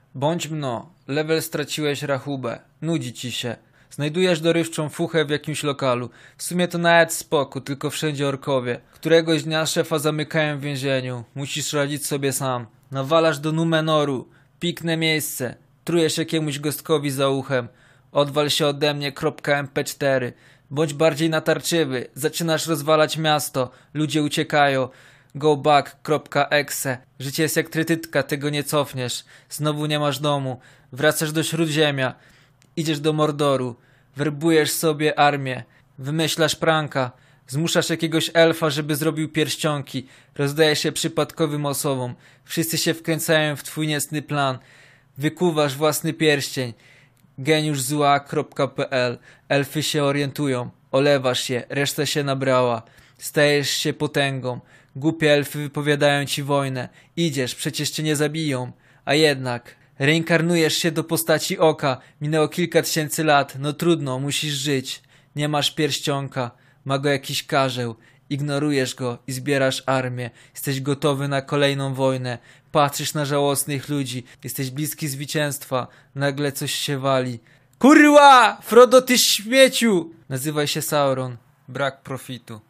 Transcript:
Bądź mno, level straciłeś rachubę, nudzi ci się. Znajdujesz dorywczą fuchę w jakimś lokalu. W sumie to nawet spoko, tylko wszędzie orkowie. Któregoś dnia szefa zamykają w więzieniu. Musisz radzić sobie sam. Nawalasz do Numenoru. Pikne miejsce. Trujesz jakiemuś gostkowi za uchem. Odwal się ode mnie .mp4. Bądź bardziej natarczywy. Zaczynasz rozwalać miasto. Ludzie uciekają. Go back.exe. Życie jest jak trytytka, tego nie cofniesz. Znowu nie masz domu. Wracasz do Śródziemia. Idziesz do Mordoru. Werbujesz sobie armię. Wymyślasz pranka. Zmuszasz jakiegoś elfa, żeby zrobił pierścionki. Rozdajesz się przypadkowym osobom. Wszyscy się wkręcają w twój niecny plan. Wykuwasz własny pierścień. Geniuszzła.pl. Elfy się orientują. Olewasz je. Reszta się nabrała. Stajesz się potęgą. Głupie elfy wypowiadają ci wojnę. Idziesz, przecież cię nie zabiją. A jednak... Reinkarnujesz się do postaci oka. Minęło kilka tysięcy lat. No trudno, musisz żyć. Nie masz pierścionka. Ma go jakiś karzeł. Ignorujesz go i zbierasz armię. Jesteś gotowy na kolejną wojnę. Patrzysz na żałosnych ludzi. Jesteś bliski zwycięstwa. Nagle coś się wali. Kurwa! Frodo, ty śmieciu! Nazywaj się Sauron. Brak profitu.